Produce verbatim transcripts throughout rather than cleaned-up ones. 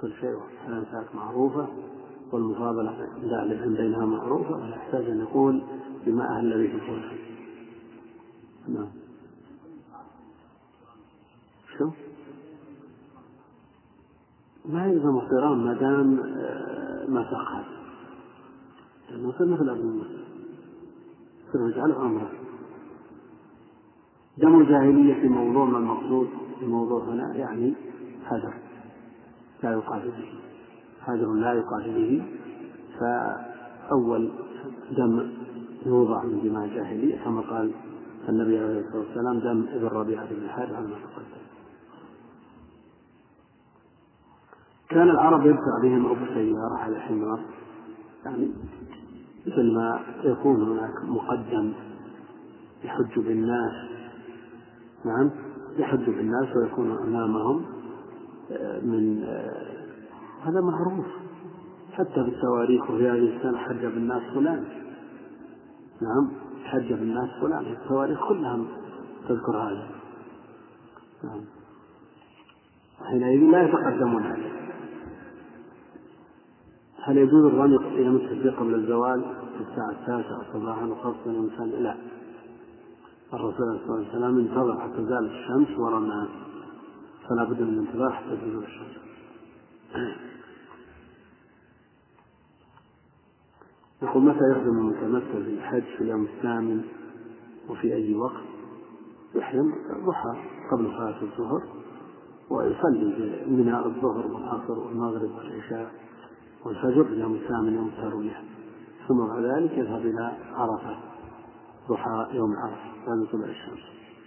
كل شيء والأنساك معروفة والمفاضلة بينها معروفة، ولا يحتاج أن يقول بما أهل به القرآن. نعم. شو؟ ما يلزم احترام ما دام ما تأخر، لأنه يصير مثل أبو موسى، يصير يجعله أمره. دم الجاهلية في موضوع ما المقصود في موضوع هنا يعني هدر لا يقال به، هدر لا يقال به. فأول دم يوضع من دماء الجاهلية كما قال النبي عليه الصلاة والسلام دم ابن ربيعة بن الحارث على ما تقدم. كان العرب يدفع بهم أبو سيارة على حمار، يعني مثل ما يكون هناك مقدم يحج بالناس، نعم يحج بالناس ويكون أمامهم من هذا معروف حتى بالتواريخ، وفي هذه السنة حج بالناس فلان، نعم حج بالناس فلان، التواريخ كلها تذكر هذا. نعم. حينئذ لا يتقدمون عليه. هل يجوز الرمي إلى متفق قبل الزوال في الساعة التاسعة صباحا وخاصة الإنسان؟ لا، الرسول صلى الله عليه وسلم انتظر حتى زالت الشمس ورمى، فلا بد من الانتظار حتى تزول الشمس. يقول متى يخدم المتمتع في الحج في اليوم الثامن وفي أي وقت؟ يحرم ضحى قبل صلاة الظهر ويصلي من الظهر والعصر والمغرب والعشاء والفجر في اليوم الثامن يوم التروية، ثم بعد ذلك يذهب إلى عرفة ضحى يوم عرفة بعد طلوع الشمس.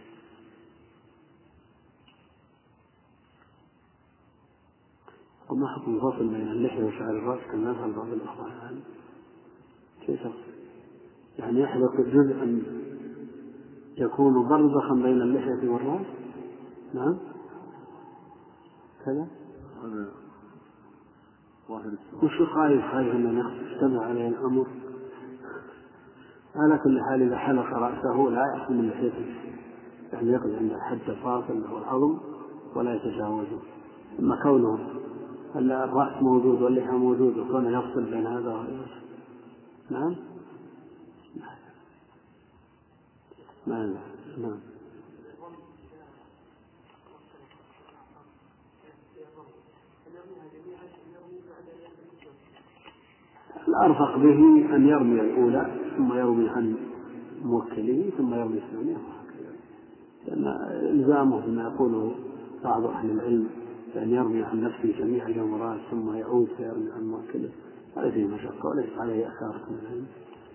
وما حكم الفصل بين اللحية وشعر الرأس كما يفعل بعض الأخوان؟ يعني كيف يعني يحلق جزءا يكون برزخا بين اللحية والرأس؟ نعم كذا. وش خايف خايف أن يجتمع عليه الأمر؟ على كل حال إذا حلق رأسه لا يأخذ من لحيته، يعني يقضي عند الحد الفاصل له العظم ولا يتجاوزه. أما كونه الرأس موجود واللحية موجود وكونه يفصل بين هذا وهذا، نعم نعم نعم. الأرفق به أن يرمي الأولى ثم يرمي عن موكله ثم يرمي الثانية، لأن إلزامه ما يقوله بعض أهل العلم بأن يرمي عن نفسه جميع الجمرات ثم يعود فيرمي عن موكله، هذا فيه مشقة وليس عليه أثار من العلم.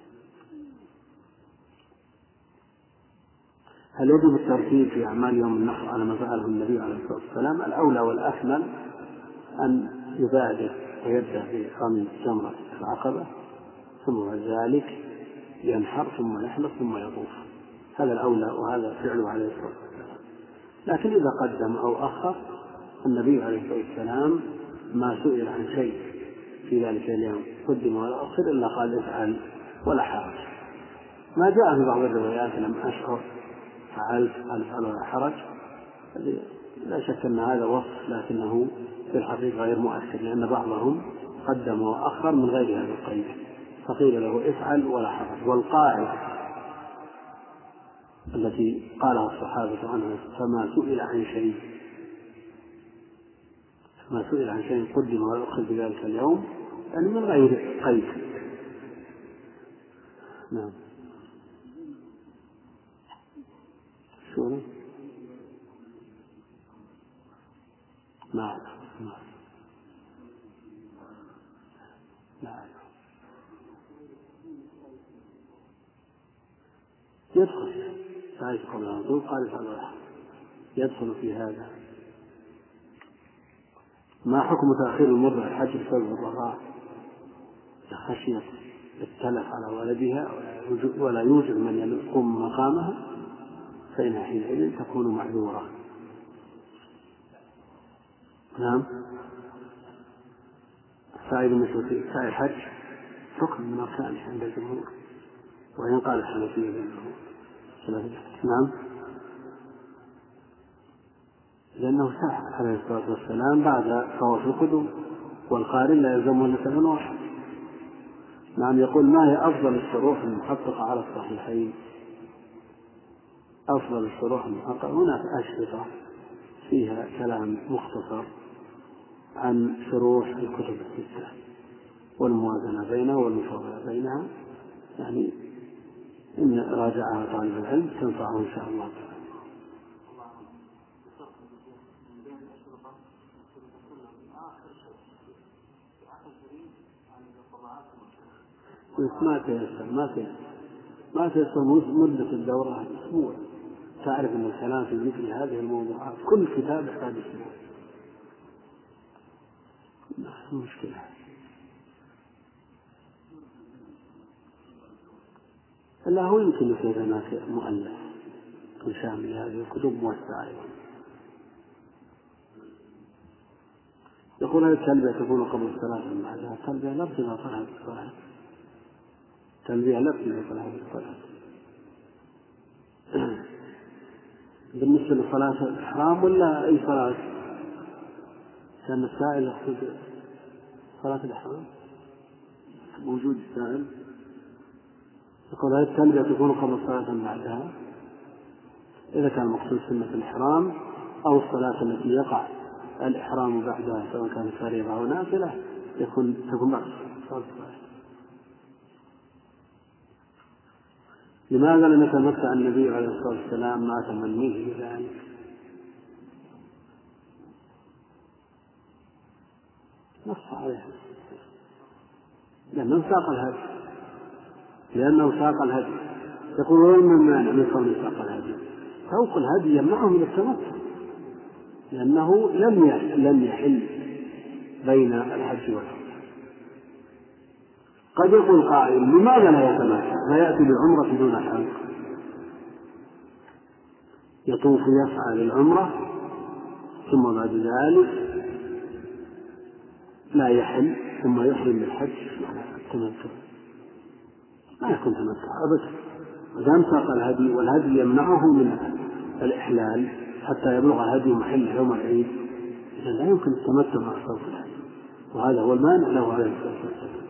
هل يجب الترتيب في أعمال يوم النحر على ما فعله النبي عليه الصلاة والسلام؟ الأولى والأكمل أن يبادر ويبدأ برمي جمرة العقبة ثم بعد ذلك ينحر ثم يحلق ثم يطوف، هذا الأولى وهذا فعله عليه الصلاة والسلام. لكن إذا قدم أو أخر النبي عليه الصلاة والسلام ما سئل عن شيء في ذلك اليوم قدم ولا أخر إلا قال افعل ولا حرج. ما جاء في بعض الروايات لم أشعر فعلت قال افعل ولا حرج، لا شك أن هذا وصف لكنه في الحقيقة غير مؤثر، لأن بعضهم قدم وأخر من غير هذا القيد فقيل له افعل ولا حرج. والقاعدة التي قالها الصحابة عنها فما سئل عن شيء ما سئل عن شيء قدم ولا أخر في ذلك اليوم يعني من غير قيد. نعم. شو ما أعرف ما أعرف يدخل فايت قبل أن تقول قال فعل يدخل في هذا. ما حكم تأخير المرضع الحج بسبب الرضاعة خشية التلف على ولدها ولا يوجد من يقوم مقامها فإنها حينئذ تكون معذورة؟ نعم. سعي مثل في سعي الحج ركن من أركانه عند الجمهور وإن قال الحنفية بأنه نعم لأنه سعى عليه الصلاة والسلام بعد طواف القدوم والقارن لا يلزمه إلا سبب واحد. نعم. يقول ما هي أفضل الشروح المحققة على الصحيحين؟ أفضل الشروح المحققة هناك أشرطة فيها كلام مختصر عن شروح الكتب الستة والموازنة بينها والمفاضلة بينها، يعني إن راجعها طالب العلم تنفعه إن شاء الله تعالى. ما تيسر ما تيسر ما تيسر مدة الدورة أسبوع. تعرف أن الكلام في مثل هذه الموضوعات كل كتاب يحتاج أسبوع. مشكلة. إلا هو يمكن يكون هناك مؤلف شامل هذه الكتب موسعة. يقول هذه التلبية تكون قبل الصلاة أم بعدها؟ التلبية لا ارتباط لها بالصلاة. التلبية لا ارتباط لها بالصلاة. بالنسبة لصلاة الإحرام ولا أي صلاة؟ كان السائل يقصد صلاة الإحرام موجود السائل. يقول هذه التلبية تكون قبل الصلاة أم بعدها؟ إذا كان مقصود سنة الإحرام أو الصلاة التي يقع الإحرام بعدها سواء كانت فريضة أو نافلة يكون تكون بعد الصلاة. لماذا لم يتمتع النبي عليه الصلاة والسلام مع تمنيه بذلك؟ نص عليه لأنه ساق الهدي لأنه ساق الهدي. يقولون من مانع من كون ساق الهدي؟ سوق الهدي يمنعه من التمتع لأنه لم لم يحل بين الحج والعمرة. قد يقول قائل لماذا لا يتمتع فيأتي بالعمرة دون حج؟ يطوف يفعل العمرة ثم بعد ذلك لا يحل ثم يحرم بالحج. التمتع لا يكون تمتع أبدا ودام ساق الهدي والهدي يمنعه من الإحلال حتى يبلغ الهدي محل يوم العيد، إذن لا يمكن التمتع مع سوق الهدي، وهذا هو المانع له عليه الصلاة والسلام.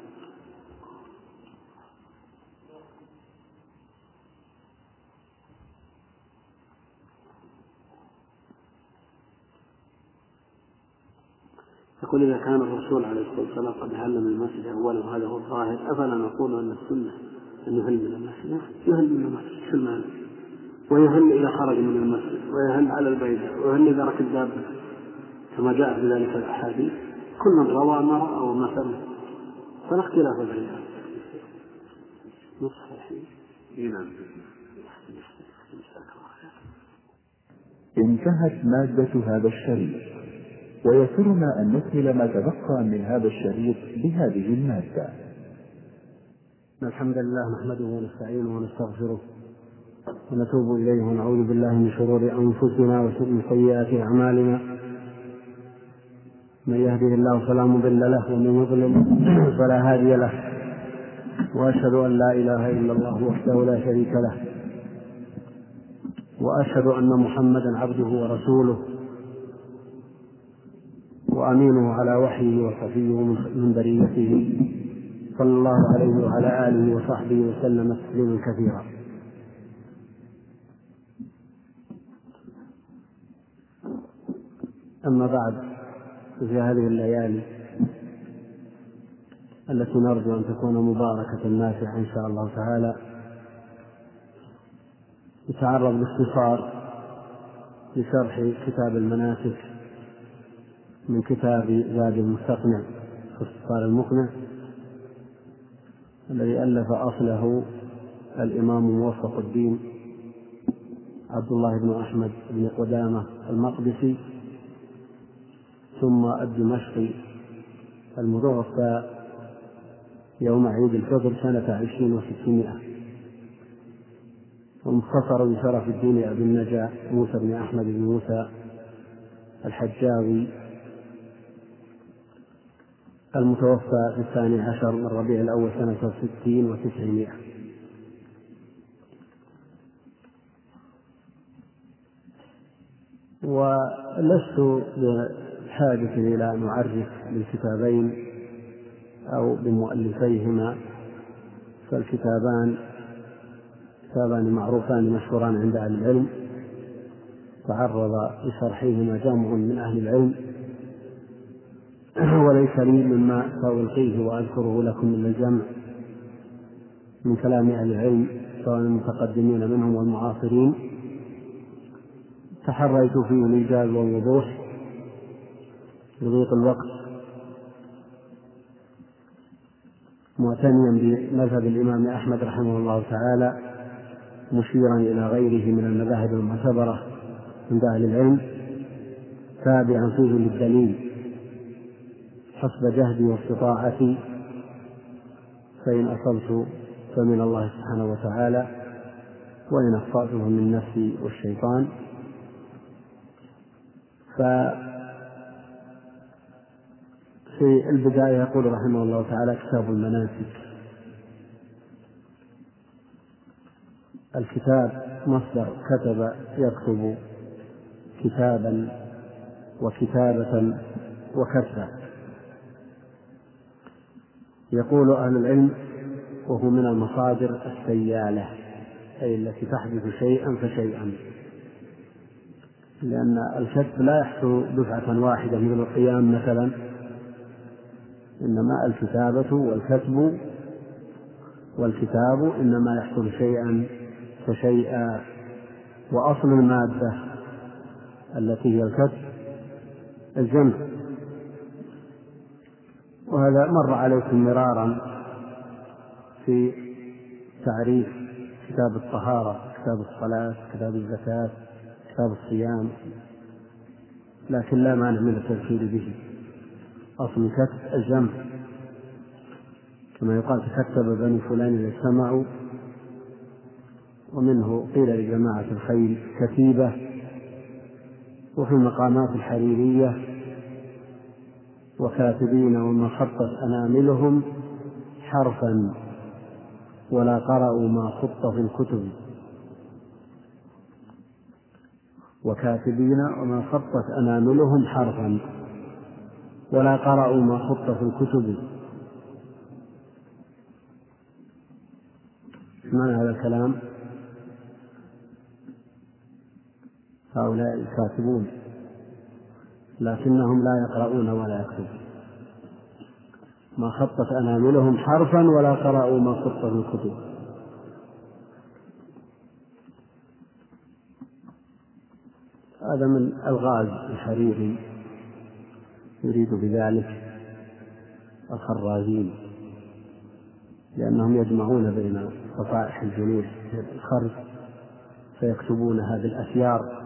يقول إذا كان الرسول عليه الصلاة والسلام قد هل من المسجد أولا وهذا هو الظاهر أفلا نقول أن السنة أن يهل من المسجد؟ يهل من المسجد في المال ويهل إذا خرج من المسجد ويهل على البيت ويهل إذا ركب دابة كما جاء في ذلك الأحاديث. كل روى ما رأى وما سمع فلا اختلاف بينهم. انتهت مادة هذا الشريط، ويسرنا أن نكمل ما تبقى من هذا الشريط بهذه المادة. الحمد لله نحمده ونستعينه ونستغفره ونتوب إليه ونعوذ بالله من شرور أنفسنا ومن سيئات أعمالنا. من يهده الله فلا مضل له ومن يضلل فلا هادي له، وأشهد أن لا إله إلا الله وحده لا شريك له، وأشهد أن محمدا عبده ورسوله وأمينه على وحيه وصفيه من بريته صلى الله عليه وعلى آله وصحبه وسلم تسليما كثيرا. أما بعد، في هذه الليالي التي نرجو أن تكون مباركة نافعة إن شاء الله تعالى، نتعرض باختصار لشرح كتاب المناسك من كتاب زاد المستقنع اختصار المقنع الذي ألف أصله الإمام موفق الدين عبد الله بن أحمد بن قدامة المقدسي ثم الدمشقي المتوفى يوم عيد الفطر سنة عشرين وستمائة، ومختصر بشرف الدين أبي النجا موسى بن أحمد بن موسى الحجاوي المتوفى في الثاني عشر من ربيع الأول سنة ستين وتسعمائة. ولست حاجة إلى أن نعرف بالكتابين أو بمؤلفيهما، فالكتابان كتابان معروفان مشهوران عند أهل العلم، تعرض لشرحهما جمع من أهل العلم، وليس لي مما سألقيه وأذكره لكم من الجمع من كلام أهل العلم سواء المتقدمين منهم والمعاصرين. تحريت فيه الإيجاز والوضوح لضيق الوقت، معتنيا بمذهب الإمام أحمد رحمه الله تعالى، مشيرا إلى غيره من المذاهب المعتبرة عند أهل العلم، تابعا فيه للدليل حسب جهدي واستطاعتي، فإن أصبت فمن الله سبحانه وتعالى، وإن أخطأت من نفسي والشيطان. ففي البداية يقول رحمه الله تعالى: كتاب المناسك. الكتاب مصدر كتب يكتب كتابا وكتابة وكتبا. يقول أهل العلم: وهو من المصادر السيالة، أي التي تحدث شيئا فشيئا، لأن الكتب لا يحصل دفعة واحدة مثل القيام مثلا، إنما الكتابة والكتب والكتاب إنما يحصل شيئا فشيئا. وأصل المادة التي هي الكتب الجمع، وهذا مر عليكم مرارا في تعريف كتاب الطهارة، كتاب الصلاة، كتاب الزكاة، كتاب الصيام، لكن لا مانع من التذكير به. أصل الكتب الجمع، كما يقال تكتب بني فلان إذا اجتمعوا، ومنه قيل لجماعة الخيل كتيبة، وفي المقامات الحريرية وكاتبين ومن خطت أناملهم حرفا ولا قرأوا ما خط في الكتب، وكاتبين وما خطت أناملهم حرفا ولا قرأوا ما خط في الكتب. معنى هذا الكلام؟ هؤلاء الكاتبون لكنهم لا يقرؤون ولا يكتبون، ما خطت أناملهم حرفا ولا قرأوا ما خط في الكتب. هذا من ألغاز الحريري، يريد بذلك الخرازين، لأنهم يجمعون بين صفائح الجنود الخرز فيكتبون هذه الأسيار.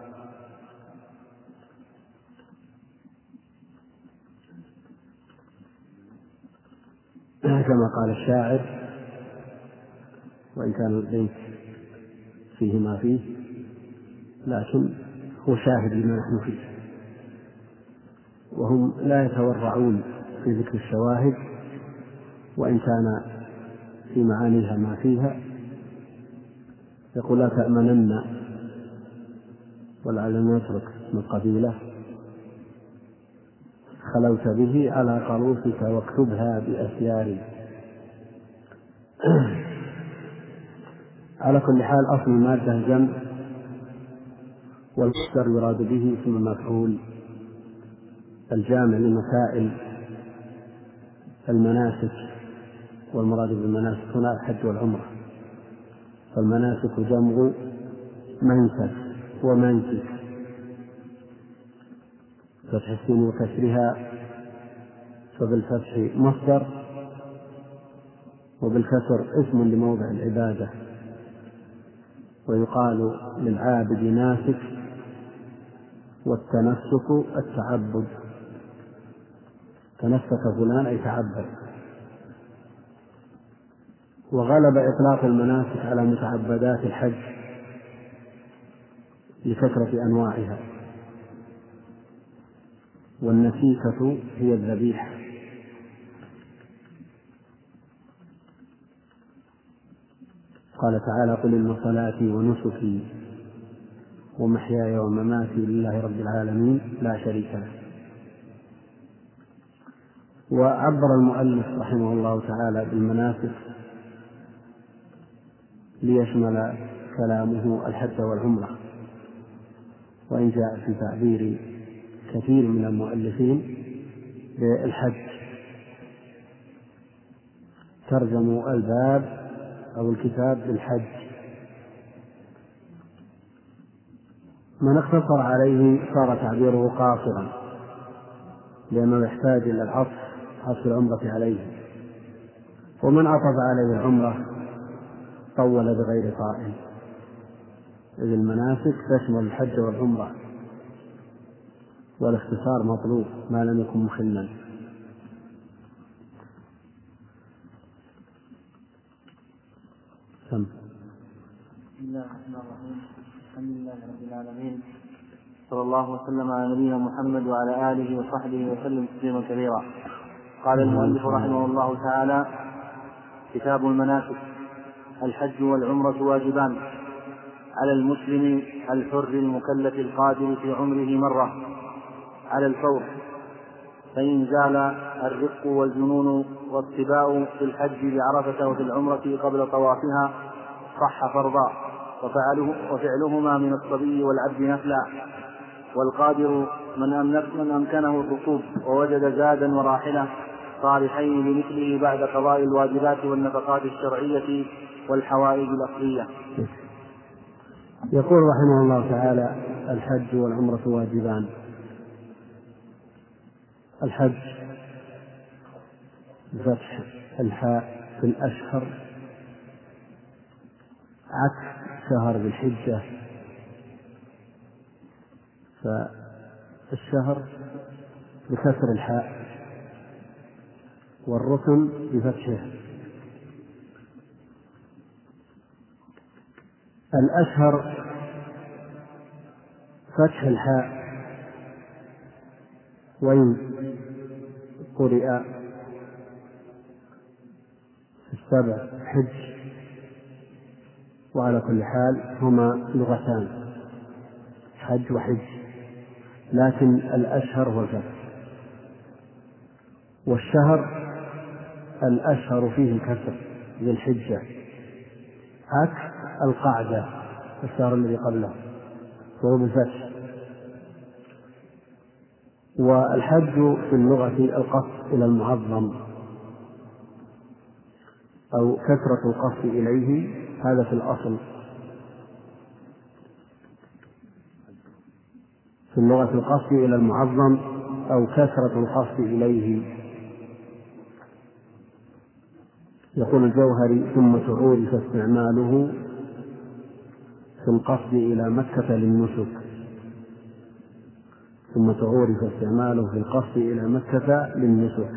كما قال الشاعر: وإن كان البيت فيه ما فيه لكن هو شاهد لما نحن فيه. وهم لا يتورعون في ذكر الشواهد، وإن كان في معانيها ما فيها. يقول: لا تأمنن، ولعل يترك من قبيله، خلوت به على قروسك واكتبها بأسيار. على كل حال أصل المادة الجمع، والمصدر يراد به اسم المفعول الجامع لمسائل المناسك، والمراد بالمناسك هنا الحج والعمرة. فالمناسك جمع منسك ومنسك، فتح السين وكسرها، فبالفتح مصدر وبالكسر اسم لموضع العبادة. ويقال للعابد ناسك، والتنسك التعبد، تنسك فلان أي تعبد. وغلب إطلاق المناسك على متعبدات الحج لكثرة أنواعها، والنسيكة هي الذبيحة. قال تعالى: قل إن صلاتي ونسكي ومحياي ومماتي لله رب العالمين لا شريك له. وعبر المؤلف رحمه الله تعالى بالمناسك ليشمل كلامه الحج والعمرة، وإن جاء في تعبير كثير من المؤلفين بالحج ترجموا الباب أو الكتاب بالحج. من اقتصر عليه صار تعبيره قاصرا لأنه يحتاج إلى العطف عطف العمرة عليه، ومن عطف عليه العمرة طول بغير طائل، إذ المناسك تشمل الحج والعمرة والاختصار مطلوب ما لم يكن مخلا. بسم الله الرحمن الرحيم. الحمد لله رب العالمين، صلى الله وسلم على نبينا محمد وعلى آله وصحبه وسلم تسليما كثيرا. قال المؤلف رحمه الله تعالى: كتاب المناسك. الحج والعمرة واجبان على المسلم الحر المكلف القادر في عمره مرة على الفور، فإن زال الرق والجنون والصباء في الحج بعرفة وفي العمرة قبل طوافها صح فرضا، وفعله وفعلهما من الصبي والعبد نفلا. والقادر من أمكنه الركوب ووجد زادا وراحلة صالحين لمثله بعد قضاء الواجبات والنفقات الشرعية والحوائج الأصلية. يقول رحمه الله تعالى: الحج والعمرة واجبان. الحج بفتح الحاء في الأشهر عكس شهر ذي الحجة، فالشهر بكسر الحاء والركن بفتحه. الأشهر فتح الحاء، وإن قرئ في السبع حج، وعلى كل حال هما لغتان حج وحج، لكن الأشهر هو الفتح. والشهر الأشهر فيه الكسر ذي الحجة عكس القعدة الشهر الذي قبله وهو بالفتح. والحج في اللغة القصد إلى المعظم أو كثرة القصد إليه، هذا في الأصل في اللغة القصد إلى المعظم أو كثرة القصد إليه. يقول الجوهري: ثم تعورف استعماله في القصد إلى مكة للنسك. ثم تعورف استعماله في القصد إلى مكة للنسك.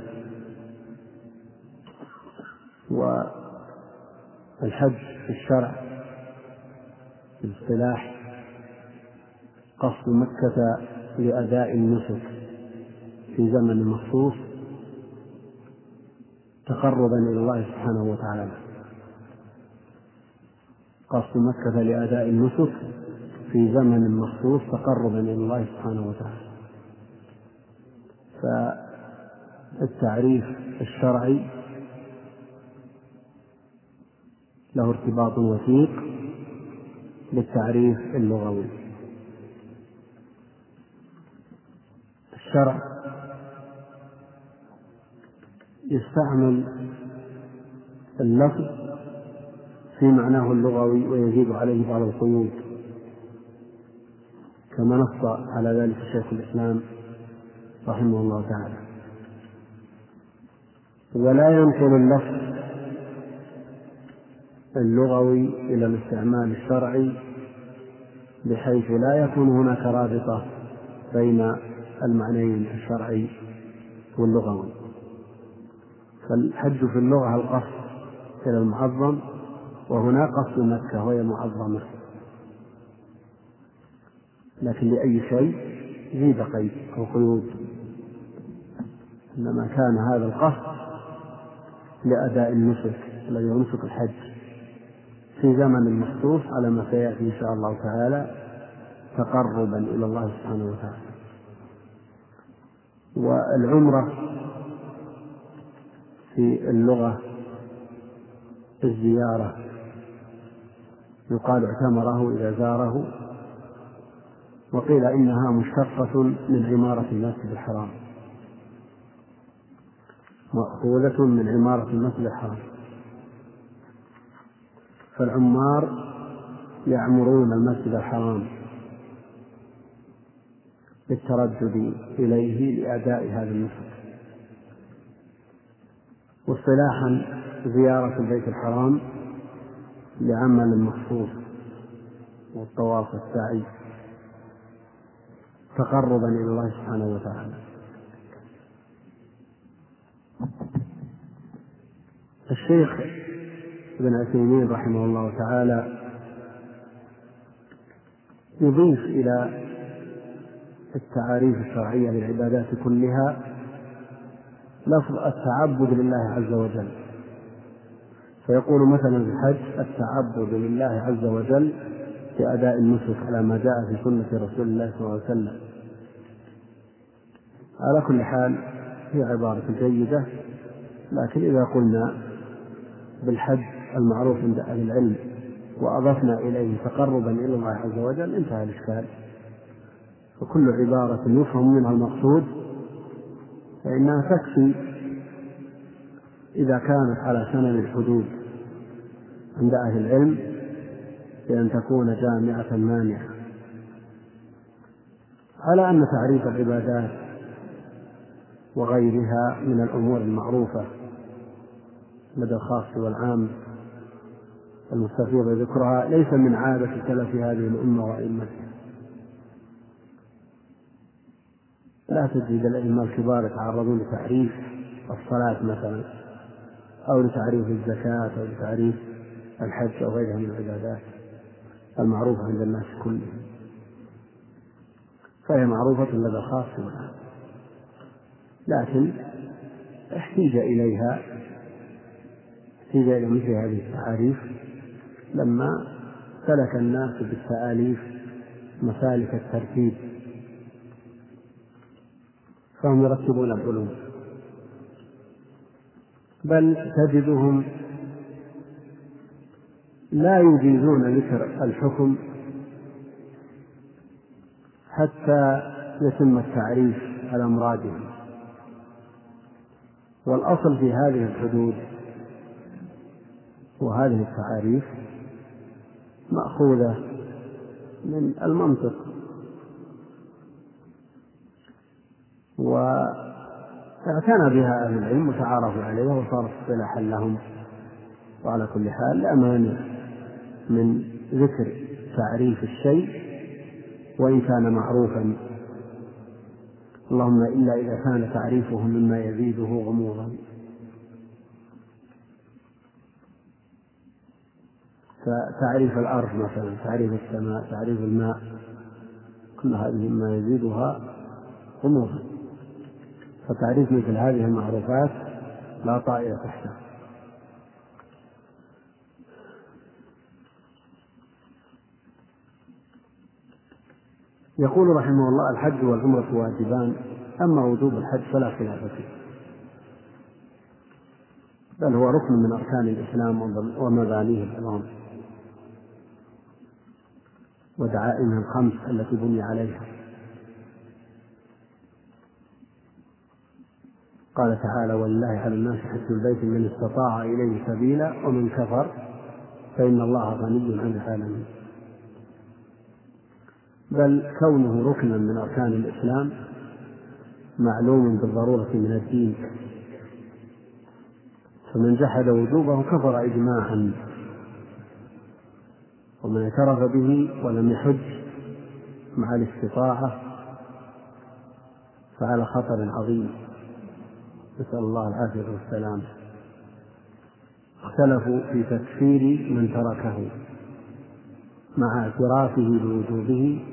والحج في الشرع في الاصطلاح قصد مكة لأداء النسك في زمن مخصوص تقربا إلى الله سبحانه وتعالى. قصد مكة لأداء النسك في زمن مخصوص تقربا إلى الله سبحانه وتعالى. فالتعريف الشرعي له ارتباط وثيق بالتعريف اللغوي. الشرع يستعمل اللفظ في معناه اللغوي ويزيد عليه بعض القيود، كما نص على ذلك شيخ الإسلام رحمه الله تعالى. ولا ينقل اللفظ اللغوي إلى الاستعمال الشرعي بحيث لا يكون هناك رابطة بين المعنيين الشرعي واللغوي. فالحج في اللغة القصد إلى المعظم، وهنا قصد مكة وهي معظمة، لكن لأي شيء زيد قيد أو قيود، إنما كان هذا القصد لأداء النسك الذي هو نسك الحج في زمن مخصوص على ما سيأتي إن شاء الله تعالى تقربا إلى الله سبحانه وتعالى. والعمرة في اللغة الزيارة، يقال اعتمره إذا زاره، وقيل إنها مشتقة من عمارة المسجد الحرام، مأخوذة من عمارة المسجد الحرام. فالعمار يعمرون المسجد الحرام بالتردد إليه لأداء هذا النسك. واصطلاحا زيارة البيت الحرام لعمل مخصوص والطواف والسعي تقربا إلى الله سبحانه وتعالى. الشيخ ابن عثيمين رحمه الله تعالى يضيف إلى التعاريف الشرعية للعبادات كلها لفظ التعبد لله عز وجل، فيقول مثلا في الحج التعبد لله عز وجل بأداء النسك على ما جاء في سنة رسول الله صلى الله عليه وسلم. على كل حال هي عبارة جيدة، لكن إذا قلنا بالحج المعروف عند أهل العلم وأضفنا إليه تقربا إلى الله عز وجل انتهى الإشكال. فكل عبارة يفهم منها المقصود فإنها تكفي إذا كانت على سنن الحدود عند أهل العلم بأن تكون جامعة مانعة، على أن تعريف العبادات وغيرها من الأمور المعروفة لدى الخاص والعام المستفيض ذكرها ليس من عادة سلف هذه الأمة وأئمتها. لا تجد الأئمة الكبار يتعرضون لتعريف الصلاة مثلا، أو لتعريف الزكاة، أو لتعريف الحج أو غيرها من العبادات المعروفة عند الناس كلهم، فهي معروفة لدى الخاص والعام، لكن احتيج إليها احتيج إلى مثل هذه التعاريف لما سلك الناس بالتآليف مسالك الترتيب، فهم يرتبون العلوم، بل تجدهم لا يجيزون ذكر الحكم حتى يتم التعريف على مرادهم. والأصل في هذه الحدود وهذه التعاريف مأخوذة من المنطق، واعتنى بها أهل العلم وتعارفوا عليها وصارت اصطلاحا لهم. وعلى كل حال لا مانع من ذكر تعريف الشيء وإن كان معروفا، اللهم إلا إذا كان تعريفه مما يزيده غموضا. فتعريف الأرض مثلا، تعريف السماء، تعريف الماء، كل هذه مما يزيدها غموضا، فتعريف مثل هذه المعروفات لا طائر تحته. يقول رحمه الله: الحج والعمرة واجبان، أما وجوب الحج فلا خلاف فيه، بل هو ركن من أركان الإسلام ومبانيه العظام ودعائمه الخمس التي بني عليها. قال تعالى: ولله على الناس حج البيت من استطاع إليه سبيلا ومن كفر فإن الله غني عن العالمين. بل كونه ركنا من أركان الإسلام معلوم بالضرورة من الدين، فمن جحد وجوبه كفر إجماعا، ومن اعترف به ولم يحج مع الاستطاعة فعلى خطر عظيم، نسأل الله العافية والسلام. اختلفوا في تكفير من تركه مع اعترافه بوجوبه.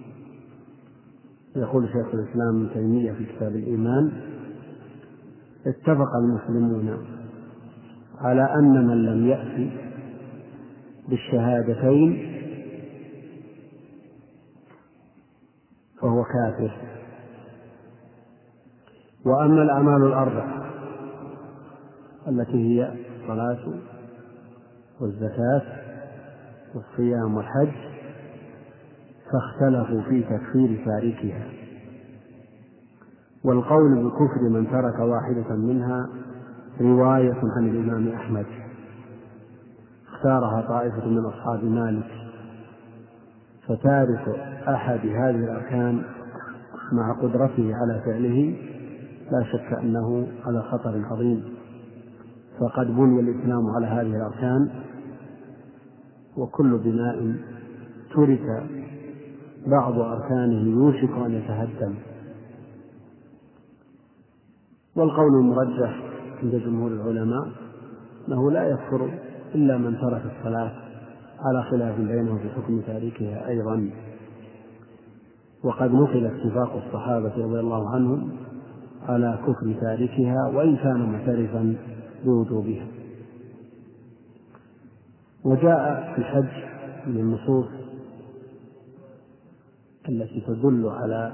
يقول شيخ الإسلام ابن تيمية في كتاب الإيمان: اتفق المسلمون على أن من لم يأتي بالشهادتين فهو كافر. وأما الأعمال الأربع التي هي الصلاة والزكاة والصيام والحج، فاختلفوا في تكفير تاركها. والقول بكفر من ترك واحدة منها رواية عن الإمام أحمد، اختارها طائفة من أصحاب مالك، فتارك أحد هذه الأركان مع قدرته على فعله لا شك أنه على خطر عظيم، فقد بني الإسلام على هذه الأركان، وكل بناء ترك بعض أركانه يوشك أن يتهدم. والقول المرجح عند جمهور العلماء أنه لا يكفر إلا من ترك الصلاة، على خلاف بينهم في حكم تاركها أيضا. وقد نقل اتفاق الصحابة رضي الله عنهم على كفر تاركها وإن كان معترفا بوجوبها. وجاء في الحج من النصوص التي تدل على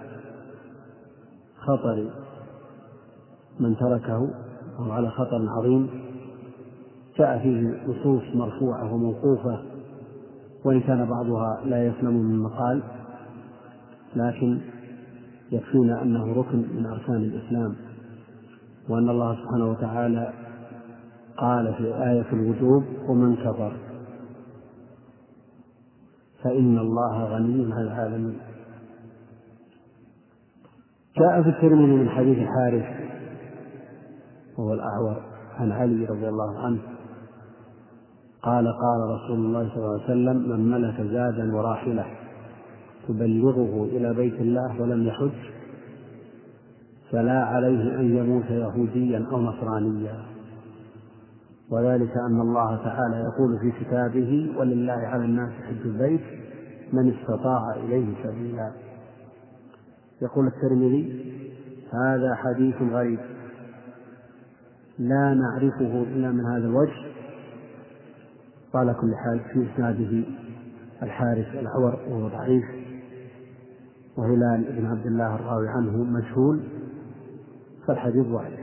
خطر من تركه أو على خطر عظيم، جاء فيه نصوص مرفوعة وموقوفة، وإن كان بعضها لا يسلم من مقال، لكن يكفينا أنه ركن من أركان الإسلام، وأن الله سبحانه وتعالى قال في آية الوجوب: ومن كفر فإن الله غني عن العالمين. جاء في الترمذي من حديث الحارث وهو الأعور عن علي رضي الله عنه قال: قال رسول الله صلى الله عليه وسلم: من ملك زادا وراحلة تبلغه إلى بيت الله ولم يحج فلا عليه أن يموت يهوديا أو نصرانيا. وذلك أن الله تعالى يقول في كتابه: ولله على الناس حج البيت من استطاع إليه سبيلا. يقول الترمذي: هذا حديث غريب لا نعرفه إلا من هذا الوجه. قال كل حال في إسناده الحارث الأعور وهو ضعيف، وهلال بن عبد الله الراوي عنه مجهول، فالحديث ضعيف.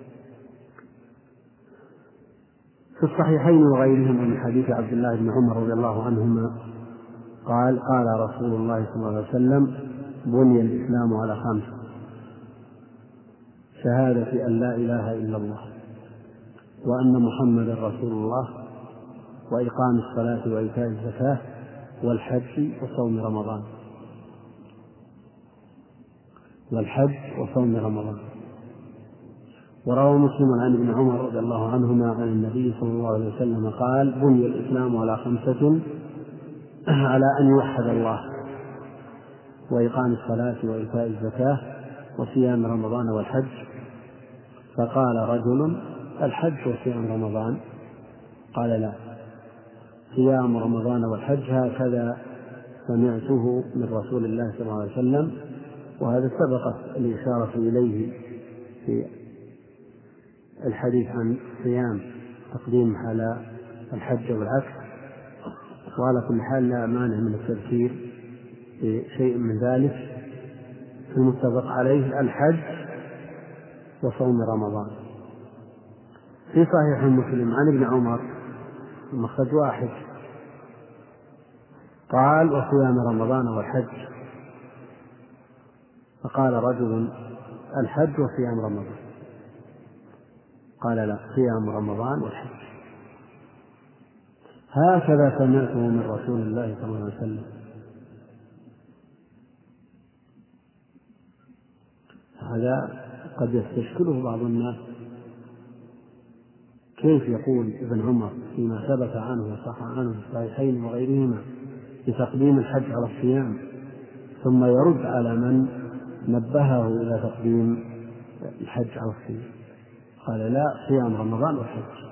في الصحيحين وغيرهما من حديث عبد الله بن عمر رضي الله عنهما قال: قال رسول الله صلى الله عليه وسلم: بني الإسلام على خمس: شهادة أن لا إله إلا الله وأن محمدا رسول الله وإقام الصلاة وإيتاء الزكاة والحج وصوم رمضان والحج وصوم رمضان. وروى مسلم عن ابن عمر رضي الله عنهما عن النبي صلى الله عليه وسلم قال: بني الإسلام على خمسة: على أن يوحد الله وإقام الصلاة وإيتاء الزكاة وصيام رمضان والحج. فقال رجل: الحج وصيام رمضان؟ قال: لا، صيام رمضان والحج هكذا سمعته من رسول الله صلى الله عليه وسلم. وهذا سبقت الإشارة إليه في الحديث عن صيام تقديم على الحج والعكس. وعلى كل حال لا مانع من التذكير بشيء من ذلك في المتفق عليه: الحج وصوم رمضان. في صحيح مسلم عن ابن عمر مخرج واحد قال: وصيام رمضان والحج. فقال رجل: الحج وصيام رمضان؟ قال: لا، صيام رمضان والحج. هكذا سمعته من رسول الله صلى الله عليه وسلم. هذا قد يستشكله بعض الناس: كيف يقول ابن عمر فيما ثبت عنه وصح عنه في الصحيحين وغيرهما بتقديم الحج على الصيام، ثم يرد على من نبهه إلى تقديم الحج على الصيام؟ قال: لا، صيام رمضان والحج.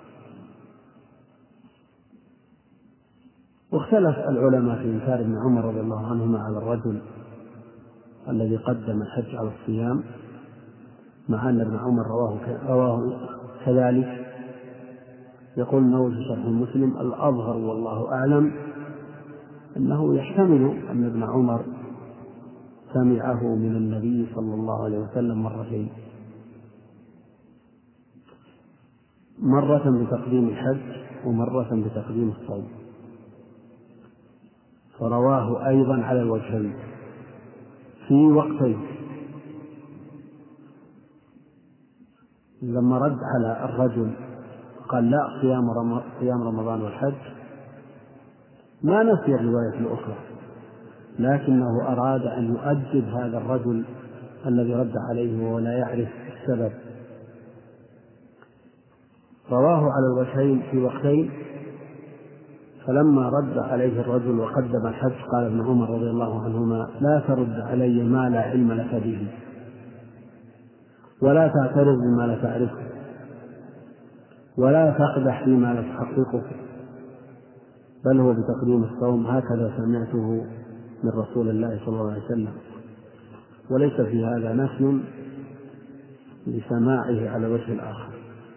واختلف العلماء في إنكار ابن عمر رضي الله عنهما على الرجل الذي قدم الحج على الصيام، مع أن ابن عمر رواه, رواه كذلك. يقول النووي في شرح مسلم: الأظهر والله أعلم أنه يحتمل أن ابن عمر سمعه من النبي صلى الله عليه وسلم مرتين. مرة بتقديم الحج ومرة بتقديم الصوم، فرواه أيضا على الوجهين في وقتين. لما رد على الرجل قال لا صيام صيام رمضان والحج ما نسي الرواية الأخرى، لكنه أراد أن يؤدب هذا الرجل الذي رد عليه وهو لا يعرف السبب. رواه على الوجهين في وقتين، فلما رد عليه الرجل وقدم الحج قال ابن عمر رضي الله عنهما لا ترد علي ما لا علم لك به، ولا تعترض بما لا تعرفه، ولا تقدح فيما لا تحققه، بل هو بتقديم الصوم، هكذا سمعته من رسول الله صلى الله عليه وسلم. وليس في هذا نفي لسماعه على وجه الآخر،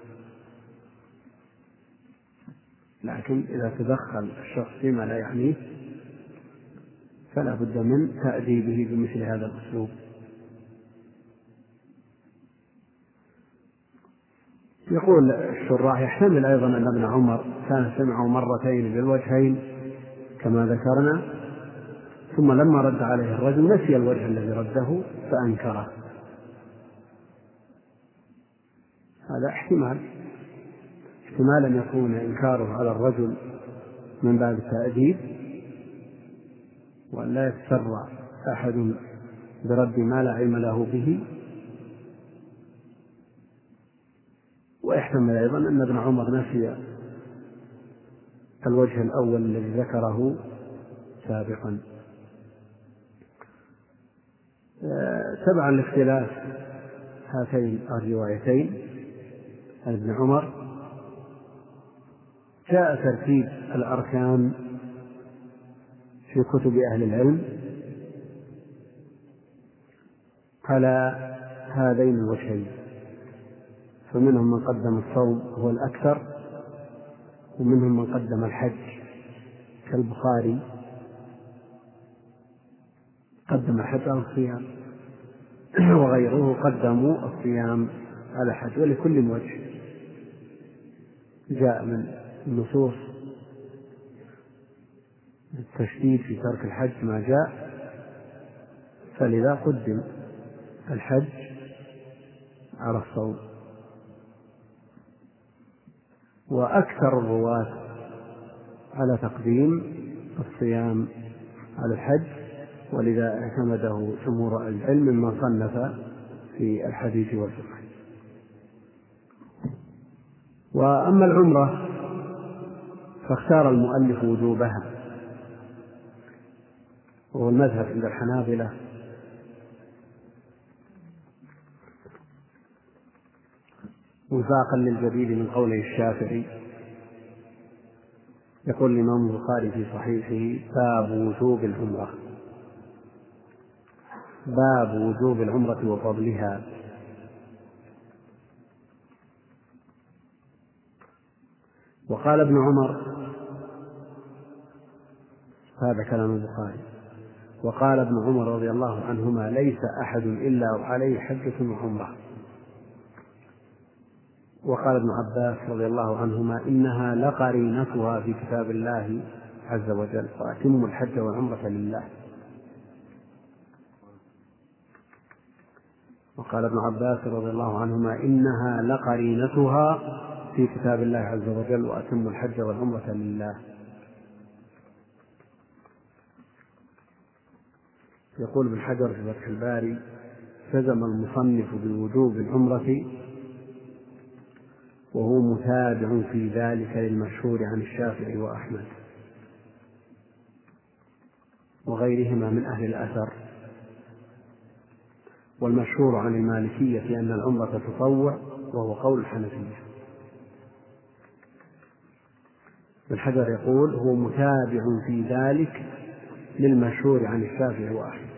لكن إذا تدخل الشخص فيما لا يعنيه فلا بد من تأديبه بمثل هذا الأسلوب. يقول الشراح يحتمل أيضا أن ابن عمر كان سمعه مرتين بالوجهين كما ذكرنا، ثم لما رد عليه الرجل نسي الوجه الذي رده فأنكره. هذا احتمال احتمال أن يكون إنكاره على الرجل من باب التأديب وأن لا يتسرع أحد برد ما لا علم له به، ويحتمل أيضا أن ابن عمر نسي الوجه الأول الذي ذكره سابقا. تبعا لاختلاف هاتين الروايتين عن ابن عمر جاء ترتيب الأركان في كتب أهل العلم على هذين الوجهين، فمنهم من قدم الصوم هو الأكثر، ومنهم من قدم الحج كالبخاري قدم الحج على الصيام، وغيره قدموا الصيام على الحج، ولكل وجه جاء من النصوص التشديد في ترك الحج ما جاء، فلذا قدم الحج على الصوم. وأكثر الرواة على تقديم الصيام على الحج، ولذا اعتمده جمهور العلم ممن صنف في الحديث والفقه. وأما العمرة فاختار المؤلف وجوبها، وهو المذهب عند الحنابلة، وفاقا للجديد من قوله الشافعي. يقول الإمام البخاري في صحيحه باب وجوب العمرة، باب وجوب العمرة وفضلها. وقال ابن عمر، هذا كلام البخاري، وقال ابن عمر رضي الله عنهما ليس أحد إلا وعليه حجة وعمرة. وقال ابن عباس رضي الله عنهما إنها لقرينتها في كتاب الله عز وجل، وأتموا الحج والعمرة لله. وقال ابن عباس رضي الله عنهما إنها لقرينتها في كتاب الله عز وجل، وأتموا الحج والعمرة لله. يقول ابن حجر في فتح الباري جزم المصنف بوجوب العمرة، وهو متابع في ذلك للمشهور عن الشافعي وأحمد وغيرهما من أهل الأثر. والمشهور عن المالكية أن العمرة تطوع، وهو قول الحنفية. ابن حجر يقول هو متابع في ذلك للمشهور عن الشافعي وأحمد.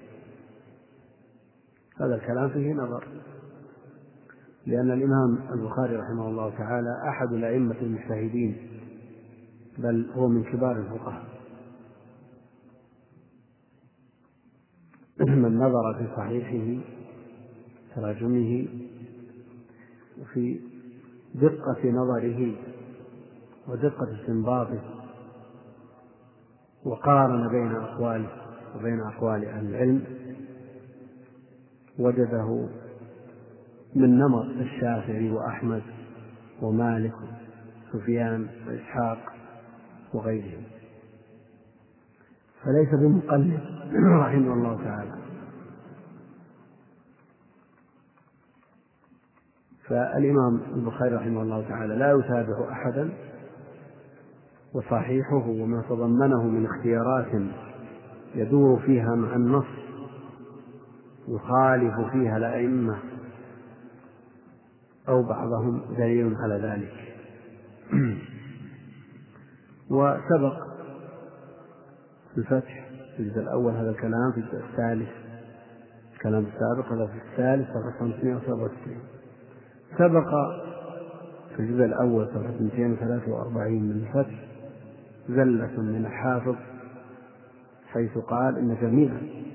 هذا الكلام فيه نظر، لأن الإمام البخاري رحمه الله تعالى أحد الأئمة المجتهدين، بل هو من كبار الفقهاء، من نظر في صحيحه تراجمه وفي دقة نظره ودقة استنباطه، وقارن بين أقواله وبين أقوال أهل العلم، وجده من نمط الشافعي وأحمد ومالك وسفيان وإسحاق وغيرهم، فليس بمقلد رحمه الله تعالى. فالإمام البخاري رحمه الله تعالى لا يتابع أحدا، وصحيحه وما تضمنه من اختيارات يدور فيها مع النص يخالف فيها الأئمة أو بعضهم دليل على ذلك. وسبق في الفتح في الجزء الأول هذا الكلام، في الجزء الثالث الكلام السابق هذا في الثالث صفحة خمسمائة وسبعة وستين، سبق في الجزء الأول صفحة مئتين وثلاثة وأربعين من الفتح زلة من الحافظ حيث قال إن جميع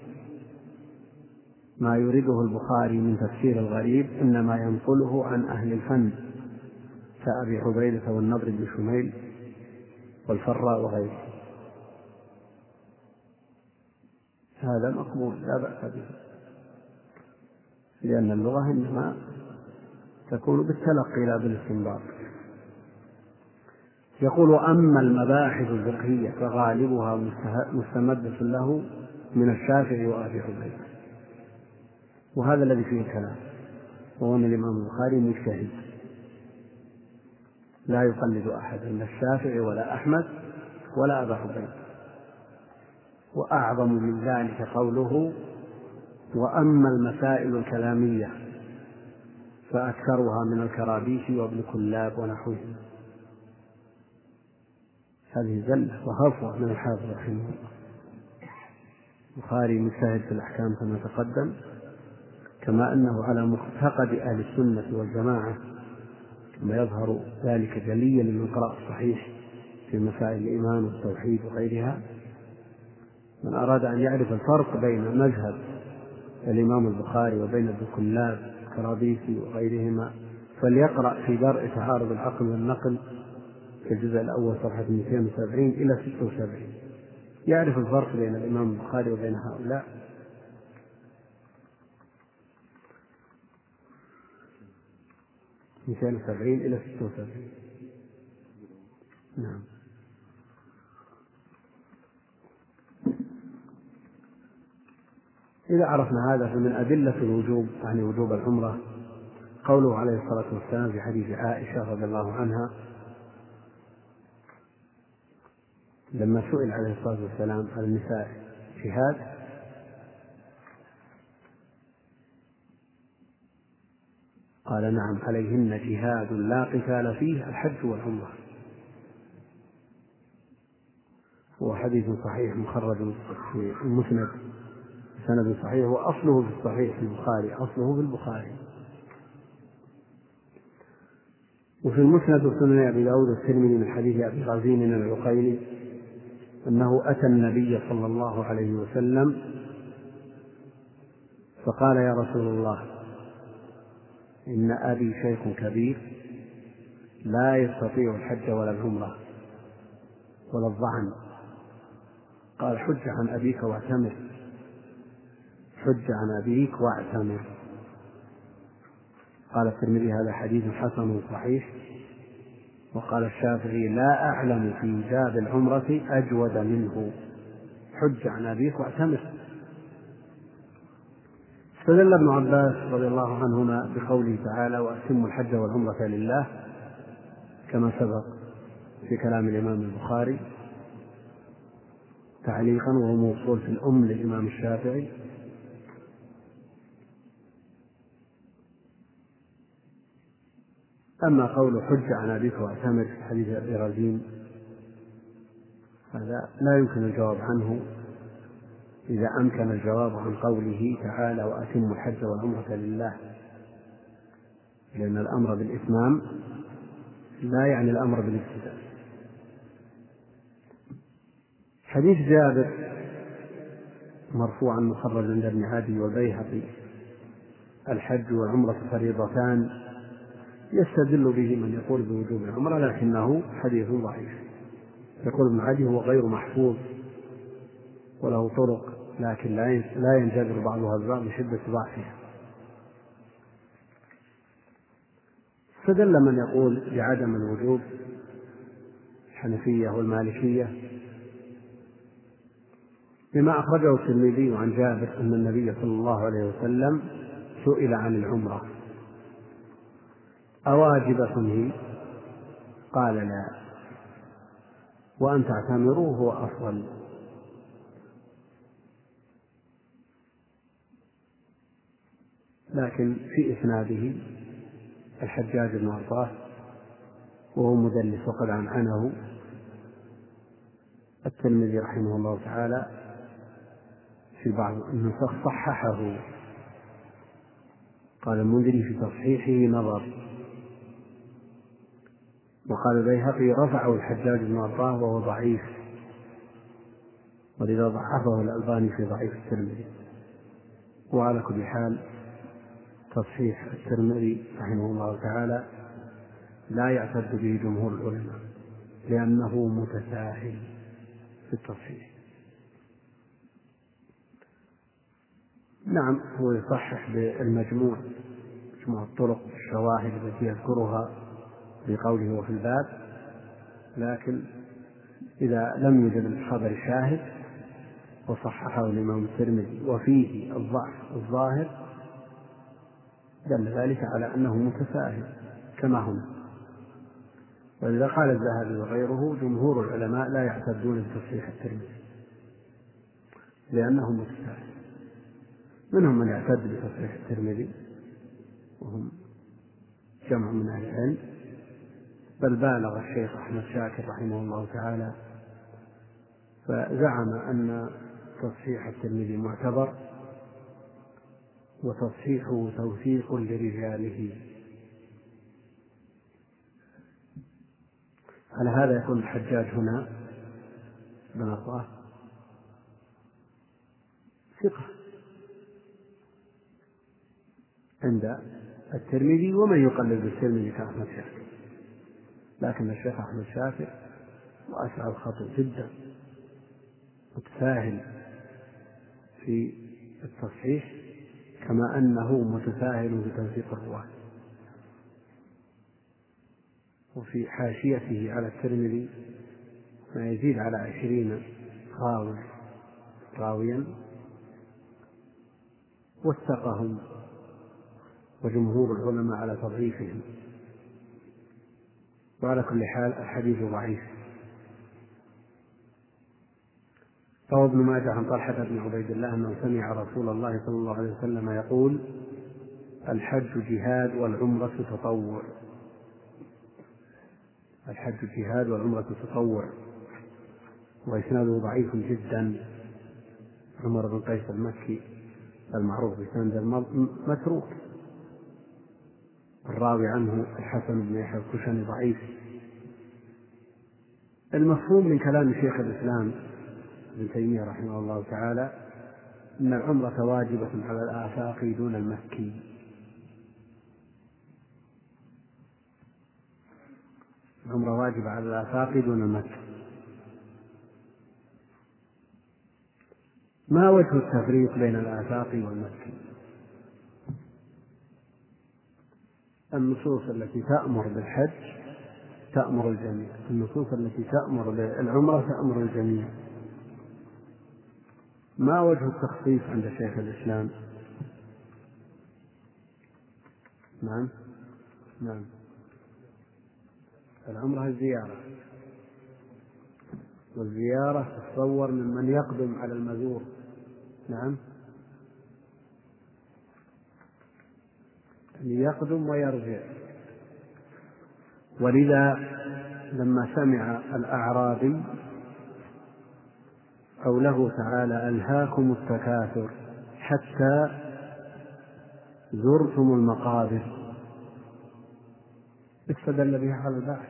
ما يريده البخاري من تفسير الغريب إنما ينقله عن أهل الفن كأبي عبيدة والنضر بن شميل والفراء وغيره. هذا مقبول لا بأس به، لأن اللغة إنما تكون بالتلقي لا بالاستنباط. يقول: أما المباحث الفقهية فغالبها مستمدة له من الشافعي وأبي عبيدة، وهذا الذي فيه الكلام، وهو أن الإمام البخاري مجتهد لا يقلد أحدا، لا الشافعي ولا أحمد ولا أبا عبيدة. وأعظم من ذلك قوله: وأما المسائل الكلامية فأكثرها من الكرابيس وابن كلاب ونحوهم. هذه زلة وهفوة من الحافظ رحمه الله. البخاري مجتهد في الأحكام كما تقدم، كما أنه على معتقد أهل السنة والجماعة، كما يظهر ذلك جليا من قراءة الصحيح في مسائل الإيمان والتوحيد وغيرها. من أراد أن يعرف الفرق بين مذهب الإمام البخاري وبين ابن كلاب الكرابيسي وغيرهما فليقرأ في درء تعارض العقل والنقل في الجزء الأول صفحة مئتين وسبعين إلى ستة وسبعين، يعرف الفرق بين الإمام البخاري وبين هؤلاء. مئتين وسبعين إلى ستة وسبعين. نعم. إذا عرفنا هذا فمن أدلة الوجوب يعني وجوب العمرة قوله عليه الصلاة والسلام في حديث عائشة رضي الله عنها لما سئل عليه الصلاة والسلام عن النساء جهاد قال: نعم عليهن جهاد لا قتال فيه الحج والعمرة. هو حديث صحيح مخرج في المسند سند صحيح، وأصله في الصحيح في البخاري، أصله في البخاري. وفي المسند وسنن أبي داود والترمذي من حديث أبي غازين العقيلي أنه أتى النبي صلى الله عليه وسلم فقال: يا رسول الله، إن أبي شيخ كبير لا يستطيع الحج ولا العمرة ولا الظعن. قال: حج عن أبيك واعتمر، حج عن أبيك واعتمر. قال الترمذي: هذا حديث حسن صحيح. وقال الشافعي: لا أعلم في إيجاب العمرة أجود منه، حج عن أبيك واعتمر. استدل ابن عباس رضي الله عنهما بقوله تعالى: وأتموا الحج والعمرة لله، كما سبق في كلام الإمام البخاري تعليقا، وهو موصول في الأم للإمام الشافعي. أما قول حج عن أبيك واعتمر في حديث أبي رزين هذا لا يمكن الجواب عنه إذا أمكن الجواب عن قوله تعالى: وأتموا الحج والعمرة لله، لأن الأمر بالإتمام لا يعني الأمر بالابتداء. حديث جابر مرفوعا مخرج عند ابن عدي والبيهقي: الحج والعمرة فريضتان يستدل به من يقول بوجوب العمرة، لكنه حديث ضعيف. يقول ابن عدي هو غير محفوظ وله طرق، لكن لا ينجبر بعضها البعض بشدة ضعفها. استدل من يقول بعدم الوجوب الحنفية والمالكية بما أخرجه الترمذي عن جابر أن النبي صلى الله عليه وسلم سئل عن العمرة أواجبة هي؟ قال لا، وأن تعتمروا هو أفضل. لكن في إسناده الحجاج بن عرفة وهو مدلس وقد عنعنه الترمذي رحمه الله تعالى في بعض النسخ صححه، قال المنذري في تصحيحه نظر، وقال البيهقي رفعه الحجاج بن عرفة وهو ضعيف، ولذا ضعفه الألباني في ضعيف الترمذي. وعلى كل حال تصحيح الترمذي رحمه الله تعالى لا يعتد به جمهور العلماء لأنه متساهل في التصحيح. نعم هو يصحح بالمجموع، مجموع الطرق الشواهد التي يذكرها في قوله وفي الباب، لكن إذا لم يوجد الخبر شاهد وصححه الإمام الترمذي وفيه الضعف الظاهر دل ذلك على أنه متساهل كما هنا. ولذا قال الذهبي وغيره جمهور العلماء لا يعتدون بتصحيح الترمذي لأنه متساهل. منهم من يعتد بتصحيح الترمذي وهم جمع من أهل العلم، بل بالغ الشيخ أحمد شاكر رحمه الله تعالى فزعم أن تصحيح الترمذي معتبر وتصحيحه توثيق لرجاله. على هذا يكون الحجاج هنا بن عرفة ثقة عند الترمذي ومن يقلد بالترمذي كأحمد شاكر، لكن الشيخ أحمد شاكر واسع الخطأ جدا متساهل في التصحيح كما أنه متساهل في توثيق الرواة. وفي حاشيته على الترمذي ما يزيد على عشرين راوي راويا وثقهم وجمهور العلماء على تضعيفهم. وعلى كل حال الحديث ضعيف. روى ابن ماجه عن طلحة بن عبيد الله أنه سمع رسول الله صلى الله عليه وسلم يقول الحج جهاد والعمرة تطوع. الحج جهاد والعمرة تطوع، وإسناده ضعيف جدا. عمر بن قيس المكي المعروف بسند المتروك، الراوي عنه الحسن بن يحيى الكشني ضعيف. المفهوم من كلام شيخ الإسلام ابن تيمية رحمه الله تعالى أن العمرة واجبة على الآفاق دون المكي. العمرة واجبة على الآفاق دون المكي. ما وجه التفريق بين الآفاق والمكي؟ النصوص التي تأمر بالحج تأمر الجميع، النصوص التي تأمر بالعمرة تأمر الجميع. ما وجه التخصيص عند شيخ الإسلام؟ نعم نعم العمرة الزيارة، والزيارة تتصور ممن يقدم على المزور. نعم يقدم ويرجع. ولذا لما سمع الأعرابي قوله تعالى ألهاكم التكاثر حتى زرتم المقابر استدل بها على البحث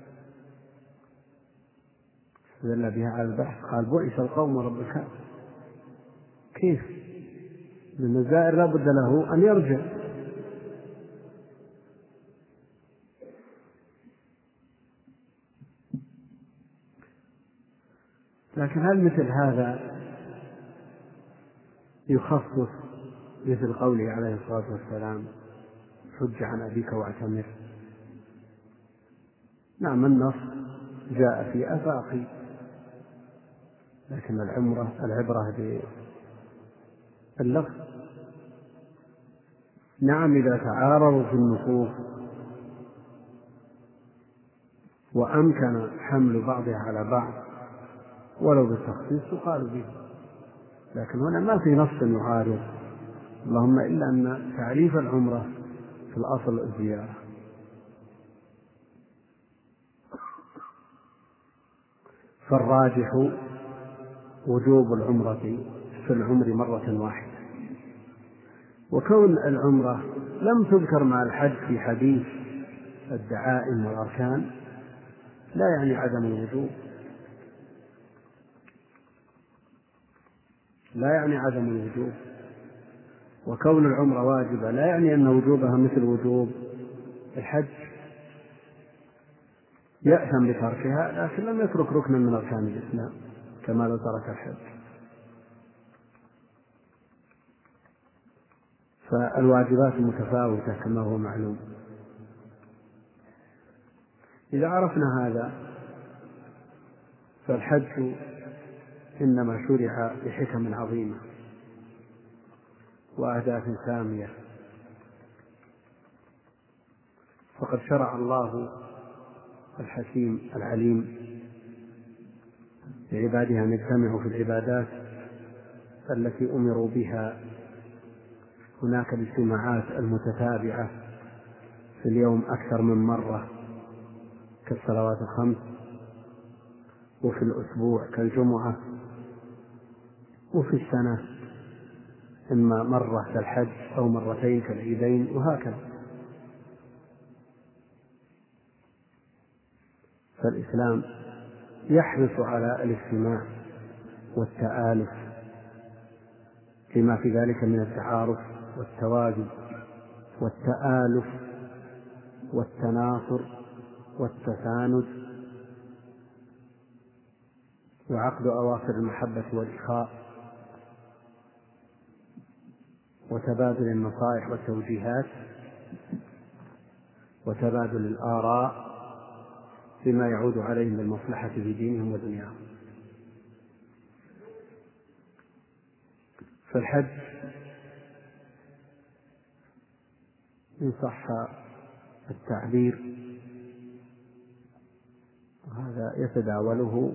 استدل بها على البحث قال بؤس القوم رب الكعبة. كيف؟ لأن الزائر لا بد له أن يرجع، لكن هل مثل هذا يخصص مثل قوله عليه الصلاة والسلام حج عن أبيك واعتمر؟ نعم النص جاء في آفاق، لكن العمرة العبرة باللفظ. نعم إذا تعارضوا في النصوص وأمكن حمل بعضها على بعض ولو بالتخصيص يقال به، لكن هنا ما في نص يعارض، اللهم إلا أن تعريف العمرة في الأصل الزيارة. فالراجح وجوب العمرة في العمر مرة واحدة، وكون العمرة لم تذكر مع الحج في حديث الدعائم والأركان لا يعني عدم الوجوب، لا يعني عدم الوجوب. وكون العمرة واجبة لا يعني أن وجوبها مثل وجوب الحج، يأثم بتركها لكن لم يترك ركنا من أركان الإسلام كما لو ترك الحج. فالواجبات متفاوتة كما هو معلوم. إذا عرفنا هذا فالحج إنما شرع بحكم عظيمة وأهداف سامية، فقد شرع الله الحكيم العليم لعبادها أن يجتمعوا في العبادات التي أمروا بها. هناك الاجتماعات المتتابعة في اليوم أكثر من مرة كالصلوات الخمس، وفي الأسبوع كالجمعة، وفي السنة إما مرة كالحج أو مرتين كالعيدين، وهكذا. فالإسلام يحرص على الاجتماع والتآلف لما في ذلك من التعارف والتواجد والتآلف والتناصر والتساند وعقد أواصر المحبة والإخاء وتبادل النصائح والتوجيهات وتبادل الآراء بما يعود عليهم بالمصلحة في دينهم ودنياهم. فالحج إن صح التعبير، وهذا يتداوله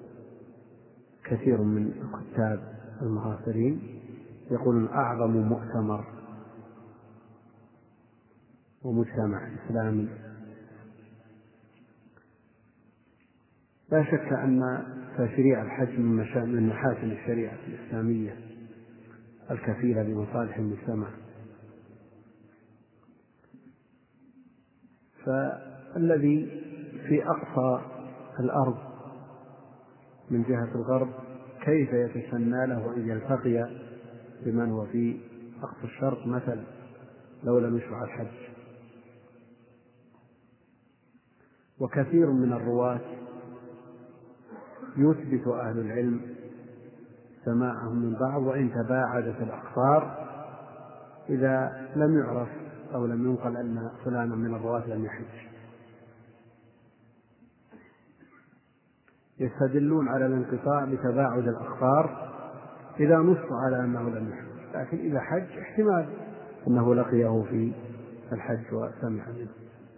كثير من الكتاب المعاصرين، يقولون أعظم مؤتمر ومجتمع إسلامي. لا شك أن تشريع الحج من محاسن الشريعة الإسلامية الكفيلة بمصالح المجتمع. فالذي في أقصى الأرض من جهة الغرب كيف يتسنى له أن يلتقي بمن هو في أقصى الشرق مثلا لو لم يشرع الحج؟ وكثير من الرواة يثبت أهل العلم سماعهم من بعض وإن تباعدت الأقطار إذا لم يعرف أو لم ينقل أن فلانا من الرواة لم يحج. يستدلون على الانقطاع بتباعد الأقطار إذا نص على أنه لم يحج، لكن إذا حج احتمال أنه لقيه في الحج وسمع منه.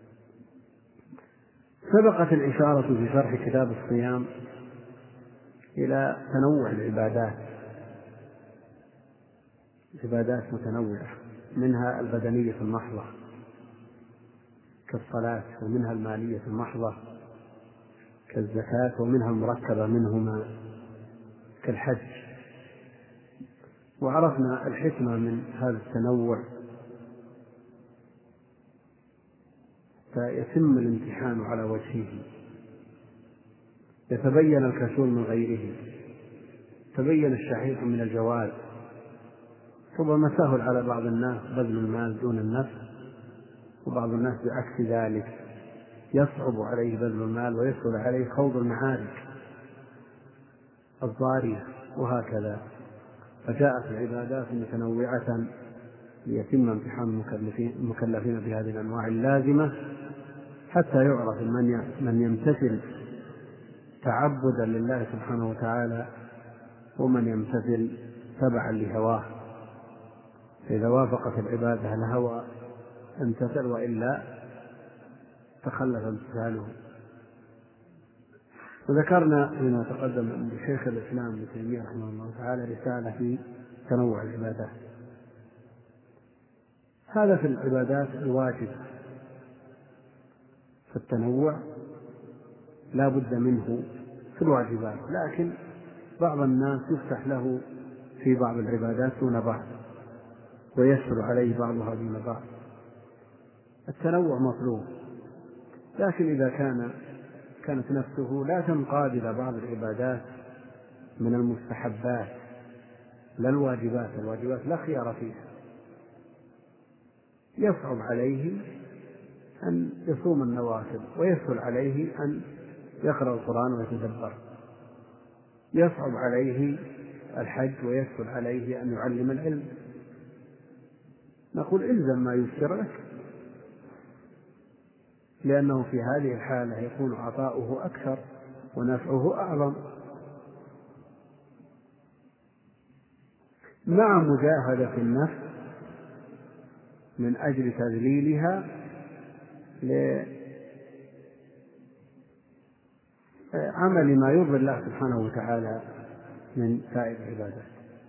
سبقت الإشارة في شرح كتاب الصيام إلى تنوع العبادات، عبادات متنوعة، منها البدنية المحضة كالصلاة، ومنها المالية المحضة كالزكاة، ومنها المركبة منهما كالحج. وعرفنا الحكمة من هذا التنوع، فيتم الامتحان على وجهه، يتبين الكسول من غيره، تبين الشحيح من الجواد. ربما سهل على بعض الناس بذل المال دون النفس، وبعض الناس بعكس ذلك يصعب عليه بذل المال ويسهل عليه خوض المعارك. الضارية وهكذا. فجاءت العبادات متنوعة ليتم امتحان المكلفين بهذه الأنواع اللازمة حتى يعرف من يمتثل تعبدا لله سبحانه وتعالى ومن يمتثل تبعا لهواه. فإذا وافقت العبادة الهوى امتثل، وإلا تخلف امتثاله. وذكرنا فيما تقدم أن شيخ الإسلام ابن تيمية رحمه الله تعالى رسالة في تنوع العبادات. هذا في العبادات الواجبة، فالتنوع لا بد منه في الواجبات، لكن بعض الناس يفتح له في بعض العبادات دون بعض ويسهل عليه بعضها دون بعض. التنوع مطلوب، لكن إذا كان كانت نفسه لا تنقاد إلى بعض العبادات من المستحبات لا الواجبات، الواجبات لا خيار فيها، يصعب عليه أن يصوم النوافل ويسهل عليه أن يقرأ القرآن ويتدبر، يصعب عليه الحج ويسهل عليه أن يعلم العلم. نقول إلزم ما يسر لك، لأنه في هذه الحالة يكون عطاؤه أكثر ونفعه أعظم، مع مجاهدة النفس من أجل تذليلها لعمل ما يرضي الله سبحانه وتعالى من سائر العبادات.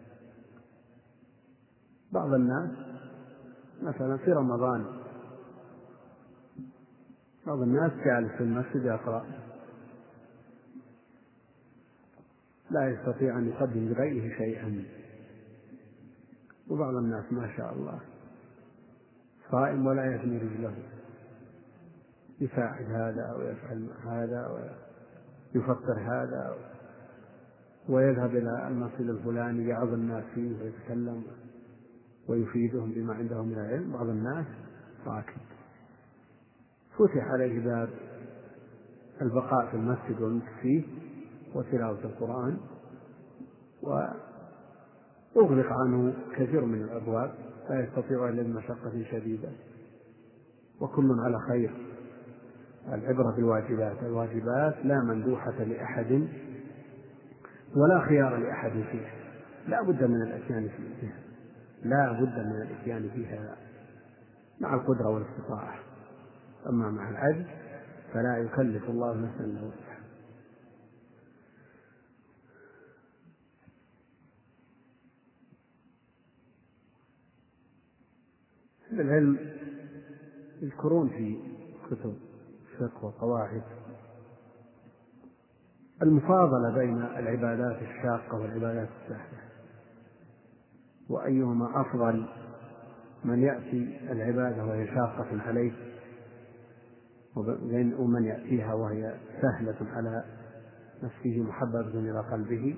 بعض الناس مثلا في رمضان بعض الناس جالس في المسجد يقرأ، لا يستطيع أن يقدم لغيره شيئا، وبعض الناس ما شاء الله صائم ولا يثني رجله، يساعد هذا ويفعل هذا ويفطر هذا ويذهب إلى المسجد الفلاني يعظ الناس فيه ويتكلم ويفيدهم بما عندهم من العلم. بعض الناس راكب، فتح عليه باب البقاء في المسجد والمكث فيه وتلاوة القرآن، وأغلق عنه كثير من الأبواب، لا يستطيع إلا بمشقة شديدة، وكل على خير. العبرة بالواجبات، الواجبات لا مندوحة لأحد ولا خيار لأحد فيها، لا بد من الإتيان فيها، لا بد من الإتيان فيها مع القدرة والاستطاعة. أما مع العجز فلا يكلف الله نفسا إلا وسعها. العلم يذكرون في كتب الفقه وقواعد المفاضلة بين العبادات الشاقة والعبادات السهلة، وأيهما أفضل، من يأتي العبادة وهي شاقة عليه ومن يأتيها وهي سهلة على نفسه محببة إلى قلبه.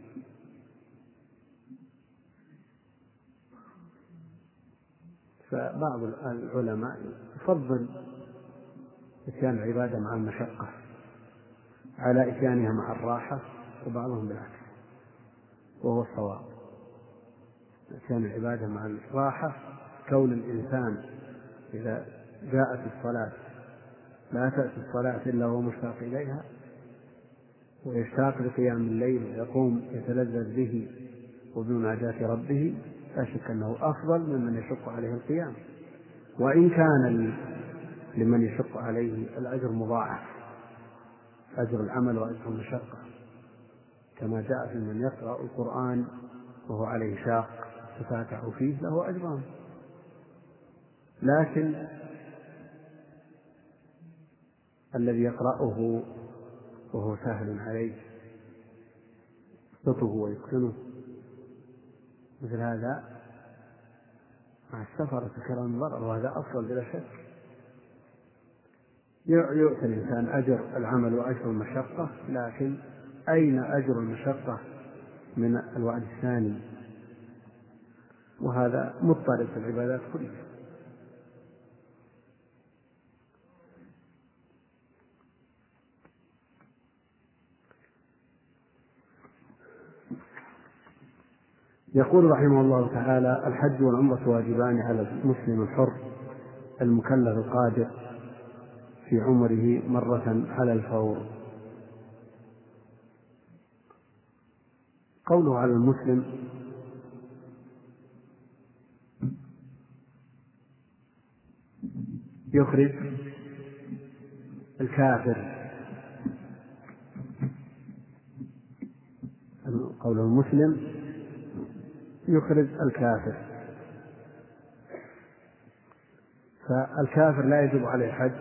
فبعض العلماء يفضل إتيان العبادة مع المشقة على إتيانها مع الراحة، وبعضهم بالعكس، وهو الصواب. إتيان العبادة مع الراحة، كون الإنسان إذا جاءت الصلاة لا تأتي الصلاة إلا وهو مشتاق إليها ويشتاق لقيام الليل ويقوم يتلذذ به وبمناجاة ربه، لا شك أنه أفضل ممن يشق عليه القيام، وإن كان لمن يشق عليه الأجر مضاعف، أجر العمل وأجر المشقة، كما جاء في من يقرأ القرآن وهو عليه شاق تفاتح فيه له أجران. لكن الذي يقرأه وهو سهل عليه يسقطه ويسكنه، مثل هذا مع السفر تكرر الضرر، وهذا أفضل بلا شك. يؤتى الإنسان أجر العمل وأجر المشقة، لكن أين أجر المشقة من الوعد الثاني؟ وهذا مضطرب في العبادات كلها. يقول رحمه الله تعالى: الحج والعمرة واجبان على المسلم الحر المكلف القادر في عمره مرة على الفور. قوله على المسلم يخرج الكافر، قوله المسلم يخرج الكافر، فالكافر لا يجب عليه حج،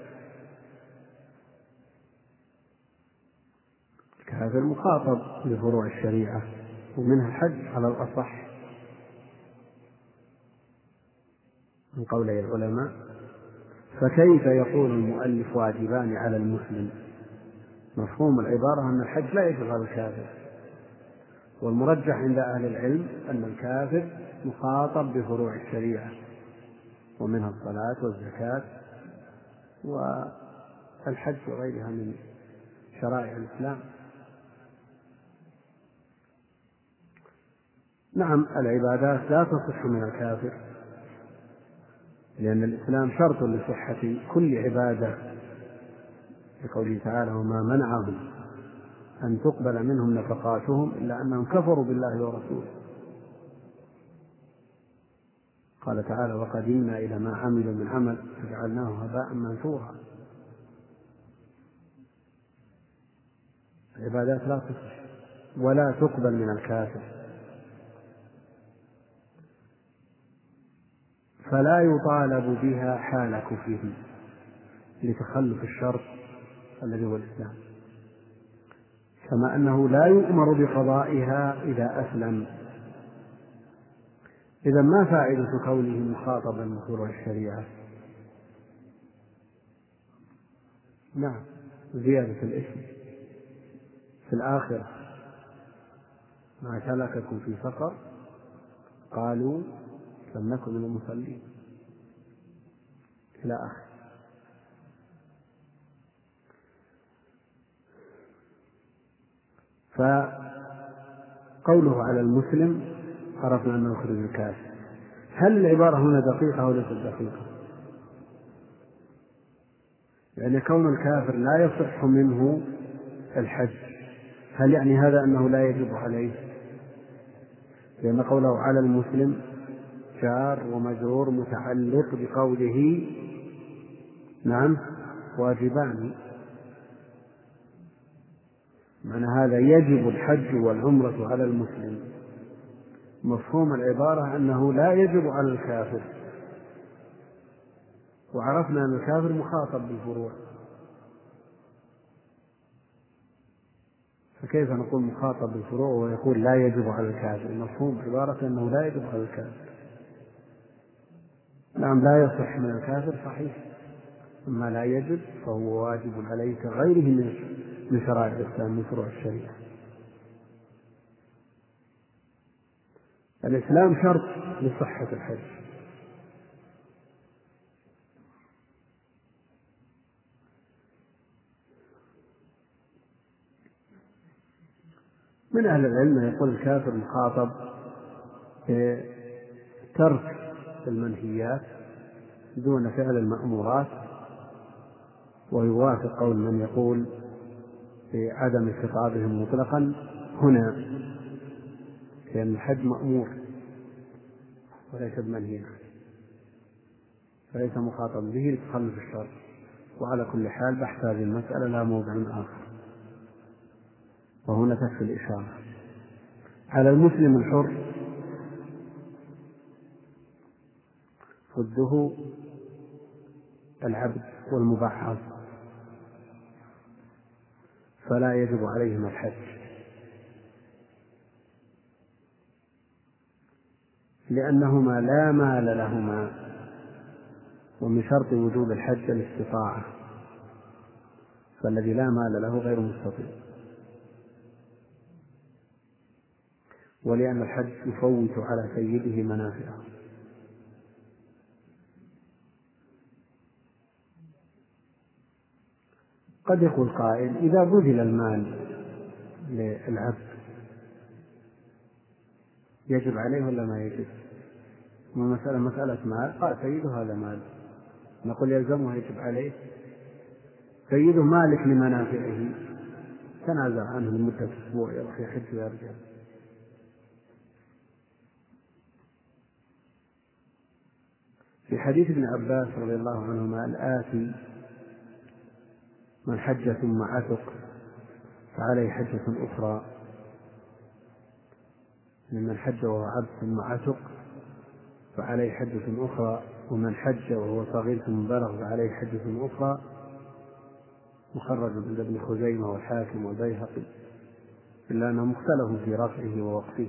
الكافر مخاطب بفروع الشريعة ومنها الحج على الأصح من قولي العلماء، فكيف يقول المؤلف واجبان على المسلم؟ مفهوم العبارة أن الحج لا يجب على الكافر، والمرجح عند أهل العلم أن الكافر مخاطب بفروع الشريعة ومنها الصلاة والزكاة والحج وغيرها من شرائع الإسلام. نعم، العبادات لا تصح من الكافر، لأن الإسلام شرط لصحة كل عبادة، لقوله تعالى: وما منعهم أن تقبل منهم نفقاتهم إلا أنهم كفروا بالله ورسوله. قال تعالى: وقدمنا إلى ما عملوا من عمل فجعلناه هباء منثورا. العبادات لا تصح ولا تقبل من الكافر، فلا يطالب بها حال كفره لتخلف الشرط الذي هو الإسلام، كما أنه لا يؤمر بقضائها إذا أسلم. إذا ما فائدة كونه مخاطبا بفروع الشريعة؟ نعم، زيادة الإثم في الآخرة: ما سلككم في سقر قالوا لم نكن من المصلين إلى آخر. فقوله على المسلم عرفنا أنه يخرج الكافر. هل العبارة هنا دقيقة أو ليست دقيقة؟ يعني كون الكافر لا يصح منه الحج، هل يعني هذا أنه لا يجب عليه؟ لأن قوله على المسلم جار ومجرور متعلق بقوله نعم واجبان، معنى هذا يجب الحج والعمرة على المسلم. مفهوم العبارة أنه لا يجب على الكافر، وعرفنا أن الكافر مخاطب بالفروع، فكيف نقول مخاطب بالفروع ويقول لا يجب على الكافر؟ مفهوم عبارة أنه لا يجب على الكافر. نعم، لا يصح من الكافر صحيح، أما لا يجب فهو واجب عليه كغيره من شرائع الإسلام من فروع الشريعة. الإسلام شرط لصحة الحج، من أهل العلم يقول الكافر مخاطب بترك المنهيات دون فعل المأمورات، ويوافق قول من يقول بعدم خطابهم مطلقا هنا، لأن الحج مأمور وليس بمنهي عنه، فليس مخاطب به لتخلف الشرع. وعلى كل حال بحث هذه المسألة لا موضع آخر، وهنا تكفي الإشارة. على المسلم الحر ضده العبد والمبعض، فلا يجب عليهما الحج، لأنهما لا مال لهما، ومن شرط وجوب الحج الاستطاعة، فالذي لا مال له غير مستطيع، ولأن الحج يفوت على سيده منافعه. قد يقول قائل: إذا بذل المال للعبد يجب عليه ولا ما يجب؟ مسألة مسألة مال، قال سيده هذا مال، نقول يلزمه يجب عليه؟ سيده مالك لمنافعه، تنازع عنه لمدة أسبوع يروح يحج ويرجع. في حديث ابن عباس رضي الله عنهما الآتي: من حج ثم عتق فعليه حجة أخرى، من حج وهو عبد ثم عتق فعليه حجة أخرى، ومن حج وهو صغير ثم بلغ فعليه حجة أخرى. مخرج عند ابن خزيمة والحاكم والبيهقي، إلا أنه مختلف في رفعه ووقفه،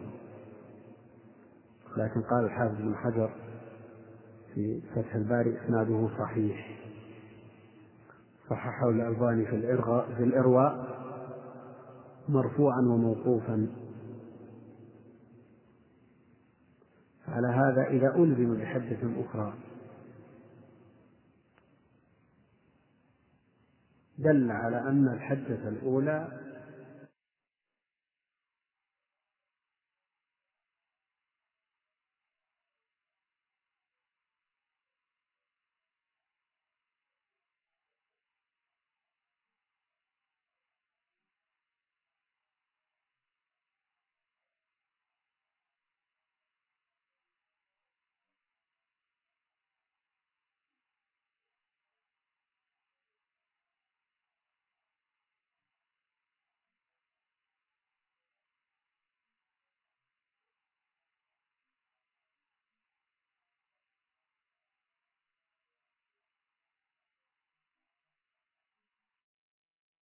لكن قال الحافظ بن حجر في فتح الباري إسناده صحيح، صححه الألباني في الإرغاء في الإرواء مرفوعا وموقوفا. على هذا إذا ألزم بحجة أخرى دل على أن الحجة الأولى